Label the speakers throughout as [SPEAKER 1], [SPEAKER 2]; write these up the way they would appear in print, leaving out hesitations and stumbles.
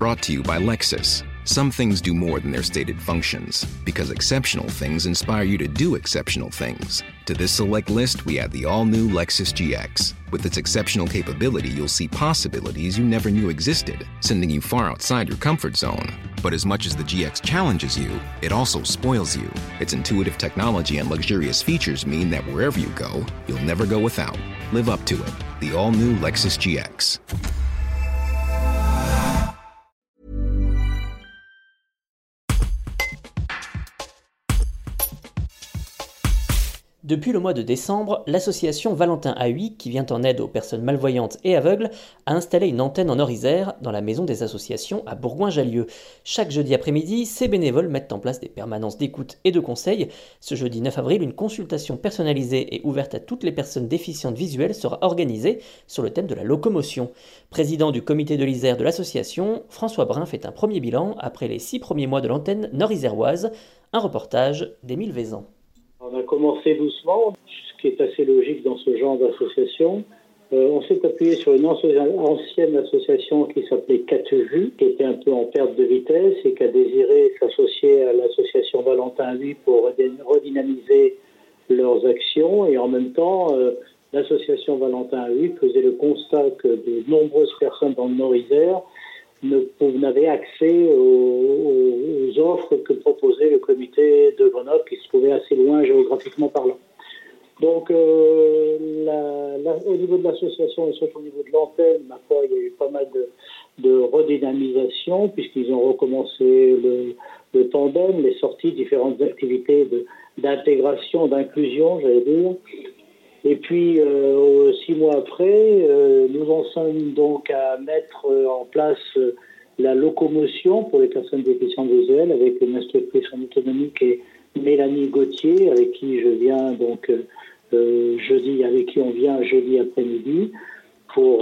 [SPEAKER 1] Brought to you by Lexus. Some things do more than their stated functions, because exceptional things inspire you to do exceptional things. To this select list, we add the all-new Lexus GX. With its exceptional capability, you'll see possibilities you never knew existed, sending you far outside your comfort zone. But as much as the GX challenges you, it also spoils you. Its intuitive technology and luxurious features mean that wherever you go, you'll never go without. Live up to it. The all-new Lexus GX.
[SPEAKER 2] Depuis le mois de décembre, l'association Valentin AI, qui vient en aide aux personnes malvoyantes et aveugles, a installé une antenne en Orisère dans la maison des associations à Bourgoin-Jallieu. Chaque jeudi après-midi, ces bénévoles mettent en place des permanences d'écoute et de conseil. Ce jeudi 9 avril, une consultation personnalisée et ouverte à toutes les personnes déficientes visuelles sera organisée sur le thème de la locomotion. Président du comité de l'Isère de l'association, François Brun fait un premier bilan après les 6 premiers mois de l'antenne nord-iséroise. Un reportage d'Émile Vézan.
[SPEAKER 3] On a commencé doucement, ce qui est assez logique dans ce genre d'association. On s'est appuyé sur une ancienne association qui s'appelait Catevue, qui était un peu en perte de vitesse et qui a désiré s'associer à l'association Valentin AI pour redynamiser leurs actions. Et en même temps, l'association Valentin AI faisait le constat que de nombreuses personnes dans le Nord-Isère n'avaient accès aux offres que proposait le comité de Grenoble, qui se trouvait assez loin géographiquement parlant. Donc, au niveau de l'association et surtout au niveau de l'antenne, ma foi, il y a eu pas mal de redynamisation, puisqu'ils ont recommencé le tandem, les sorties, différentes activités d'intégration, d'inclusion, j'allais dire. Et puis, 6 mois après, nous en sommes donc à mettre en place la locomotion pour les personnes déficientes visuelles avec une instructrice en autonomie qui est Mélanie Gauthier, avec qui je viens donc avec qui on vient jeudi après-midi pour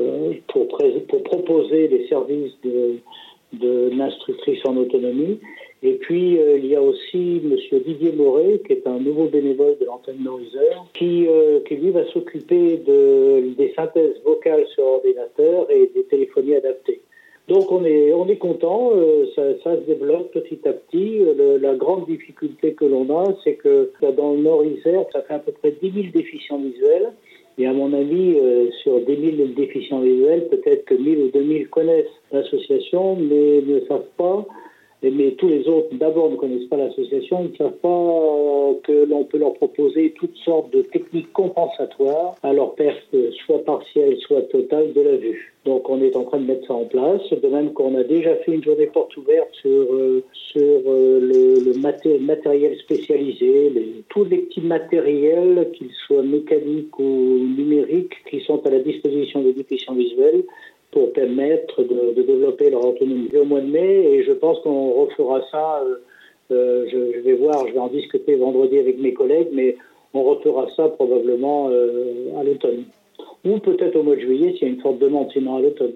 [SPEAKER 3] proposer les services de l'instructrice en autonomie. Et puis, il y a aussi M. Didier Moret, qui est un nouveau bénévole de l'antenne Nord-Isère, qui lui va s'occuper des synthèses vocales sur ordinateur et des téléphonies adaptées. Donc, on est content, ça se développe petit à petit. La grande difficulté que l'on a, c'est que dans le Nord-Isère, ça fait à peu près 10 000 déficients visuels. Et à mon avis, sur 10 000 déficients visuels, peut-être que 1 000 ou 2 000 connaissent l'association, mais ne savent pas. Mais tous les autres, d'abord, ne connaissent pas l'association, ils ne savent pas que l'on peut leur proposer toutes sortes de techniques compensatoires à leur perte, soit partielle, soit totale, de la vue. Donc, on est en train de mettre ça en place. De même qu'on a déjà fait une journée porte ouverte sur le matériel spécialisé, tous les petits matériels, qu'ils soient mécaniques ou numériques, qui sont à la disposition des déficients visuels, pour permettre de développer leur autonomie au mois de mai. Et je pense qu'on refera ça, je vais en discuter vendredi avec mes collègues, mais on refera ça probablement à l'automne. Ou peut-être au mois de juillet s'il y a une forte demande, sinon à l'automne.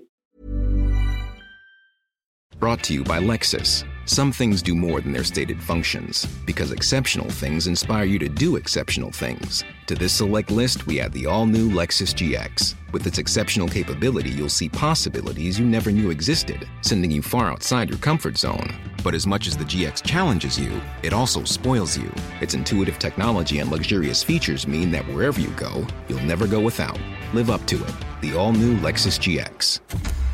[SPEAKER 1] Brought to you by Lexus. Some things do more than their stated functions, because exceptional things inspire you to do exceptional things. To this select list, we add the all-new Lexus GX. With its exceptional capability, you'll see possibilities you never knew existed, sending you far outside your comfort zone. But as much as the GX challenges you, it also spoils you. Its intuitive technology and luxurious features mean that wherever you go, you'll never go without. Live up to it. The all-new Lexus GX.